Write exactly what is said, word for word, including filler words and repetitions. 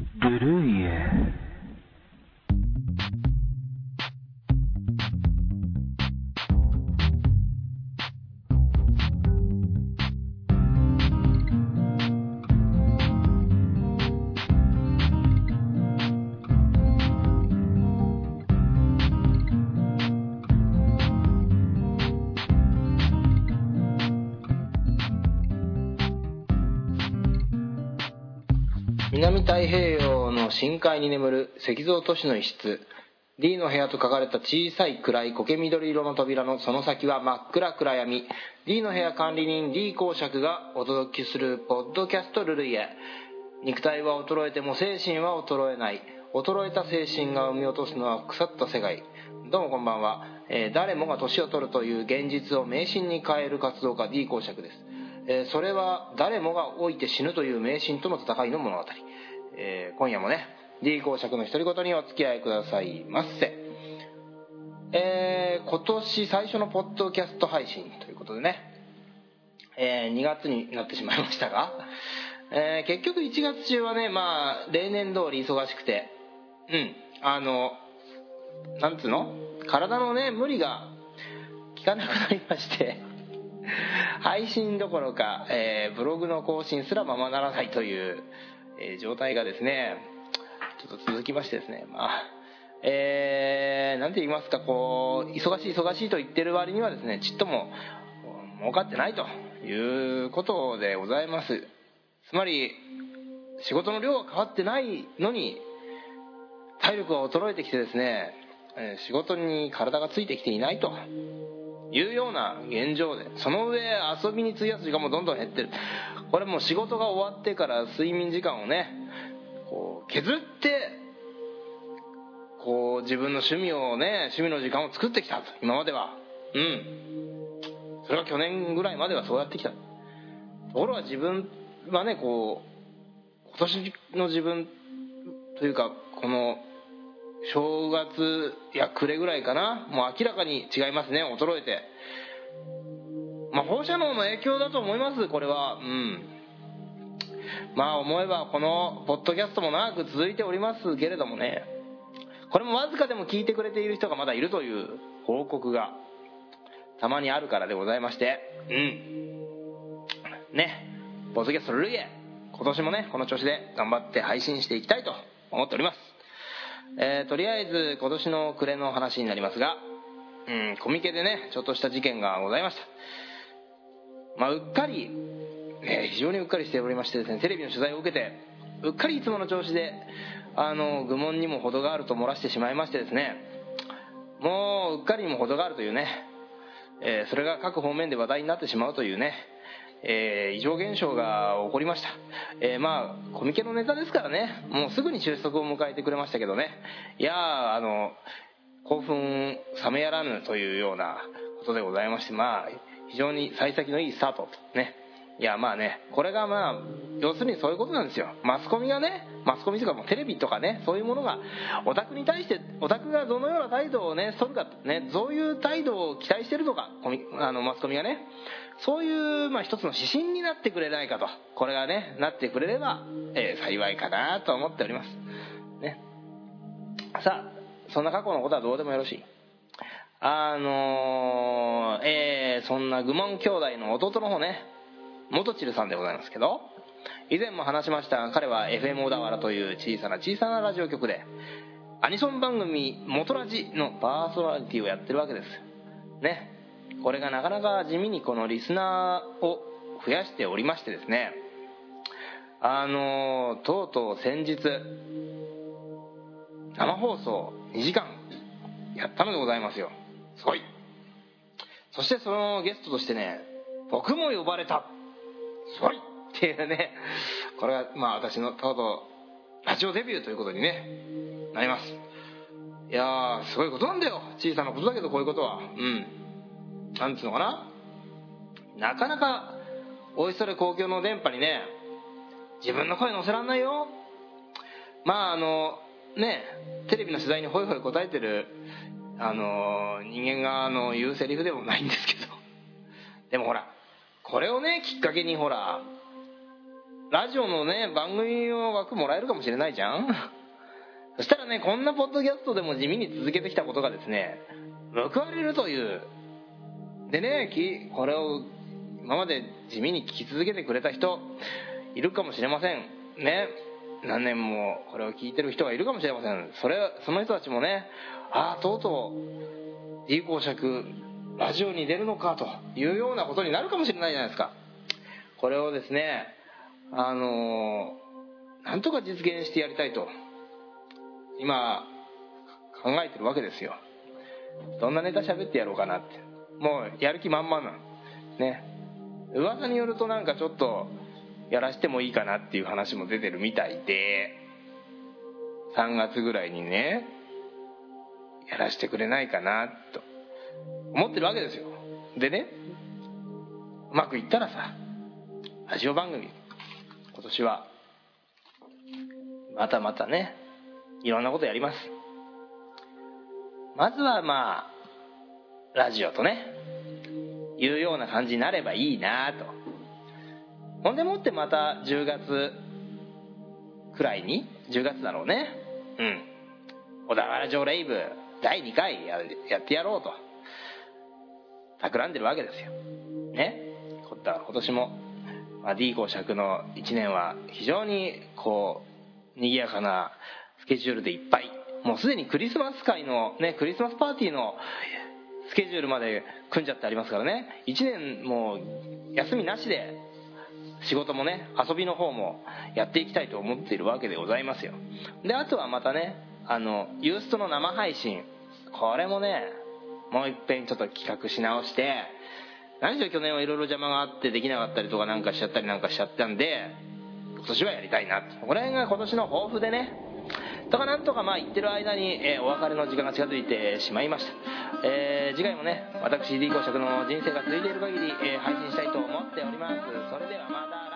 ブルーイエ南太平洋の深海に眠る石像都市の一室 D の部屋と書かれた小さい暗い苔緑色の扉のその先は真っ暗暗闇。 D の部屋管理人 D 公爵がお届けするポッドキャストルルイエ。肉体は衰えても精神は衰えない。衰えた精神が生み落とすのは腐った世界。どうもこんばんは、えー、誰もが年を取るという現実を迷信に変える活動家 D 公爵です。えー、それは誰もが老いて死ぬという迷信との戦いの物語。えー、今夜もね D 公爵の独り言にお付き合いくださいませ。えー、今年最初のポッドキャスト配信ということでね、えー、にがつになってしまいましたが、えー、結局いちがつ中はね、まあ例年通り忙しくて、うんあのなんつうの体のね無理が効かなくなりまして配信どころか、えー、ブログの更新すらままならないという、えー、状態がですねちょっと続きましてですね、まあえー、なんて言いますか、こう忙しい忙しいと言ってる割にはですねちっとも儲かってないということでございます。つまり仕事の量は変わってないのに体力が衰えてきてですね、仕事に体がついてきていないというような現状で、その上遊びに費やす時間もどんどん減ってる。これもう仕事が終わってから睡眠時間をねこう削ってこう自分の趣味をね趣味の時間を作ってきたと。今まではうんそれは去年ぐらいまではそうやってきた。ところが自分はねこう今年の自分というかこの正月や暮れぐらいかな、もう明らかに違いますね。衰えて、まあ放射能の影響だと思います。これはうんまあ思えばこのポッドキャストも長く続いておりますけれどもね、これもわずかでも聞いてくれている人がまだいるという報告がたまにあるからでございまして、うんねポッドキャストルルイエ今年もねこの調子で頑張って配信していきたいと思っております。えー、とりあえず今年の暮れの話になりますが、うん、コミケでねちょっとした事件がございました。まあうっかり、えー、非常にうっかりしておりましてですね、テレビの取材を受けてうっかりいつもの調子であの愚問にも程があると漏らしてしまいましてですね、もううっかりにも程があるというね、えー、それが各方面で話題になってしまうというね、えー、異常現象が起こりました。えー、まあコミケのネタですからねもうすぐに収束を迎えてくれましたけどね、いやーあの興奮冷めやらぬというようなことでございまして、まあ非常に幸先のいいスタートね。いやまあねこれがまあ要するにそういうことなんですよ。マスコミがねマスコミとかもテレビとかねそういうものがオタクに対してオタクがどのような態度をね取るかね、そういう態度を期待してるのかコミあのマスコミがねそういうまあ一つの指針になってくれないかと、これがねなってくれれば、えー、幸いかなと思っておりますね。さあそんな過去のことはどうでもよろしい。あのー、えー、そんな愚問兄弟の弟の方ね元チルさんでございますけど、以前も話しましたが彼は エフエム 小田原という小さな小さなラジオ局でアニソン番組元ラジのパーソナリティをやってるわけですね。これがなかなか地味にこのリスナーを増やしておりましてですね、あのー、とうとう先日生放送にじかんやったのでございますよ。すごい。そしてそのゲストとしてね僕も呼ばれた、すごいっていうね、これがまあ私のとうとうラジオデビューということにねなります。いやーすごいことなんだよ。小さなことだけどこういうことはうんなんつうのかな、なかなかおいそれ公共の電波にね自分の声載せらんないよ。まああのねテレビの取材にホイホイ答えてるあの人間があの言うセリフでもないんですけど、でもほらこれをねきっかけにほらラジオのね番組の枠もらえるかもしれないじゃん。そしたらね、こんなポッドキャストでも地味に続けてきたことがですね報われるというでね、これを今まで地味に聞き続けてくれた人いるかもしれませんね。何年もこれを聞いてる人がいるかもしれません。それその人たちもね、ああとうとう D 公爵ラジオに出るのかというようなことになるかもしれないじゃないですか。これをですね、あのー、なんとか実現してやりたいと今考えてるわけですよ。どんなネタ喋ってやろうかなって、もうやる気満々なのね。噂によるとなんかちょっとやらしてもいいかなっていう話も出てるみたいで、さんがつぐらいにねやらしてくれないかなと思ってるわけですよ。でね、うまくいったらさ、ラジオ番組今年はまたまたねいろんなことやります。まずはまあラジオとねいうような感じになればいいなと。ほんでもってまたじゅうがつくらいに、じゅうがつだろうね、うん小田原城レイブだいにかい や, やってやろうと企んでるわけですよね。だから今年も、まあ、D 公爵のいちねんは非常にこう賑やかなスケジュールでいっぱい。もうすでにクリスマス会のね、クリスマスパーティーのスケジュールまで組んじゃってありますからね。いちねんもう休みなしで仕事もね遊びの方もやっていきたいと思っているわけでございますよ。であとはまたね、あのユーストの生配信、これもねもう一遍ちょっと企画し直して、何しろ去年はいろいろ邪魔があってできなかったりとかなんかしちゃったりなんかしちゃったんで、今年はやりたいなと。これ辺が今年の抱負でね、とかなんとかまあ言ってる間に、えー、お別れの時間が近づいてしまいました。えー、次回もね私 D 公爵の人生が続いている限り、えー、配信したいと思っております。それではまた。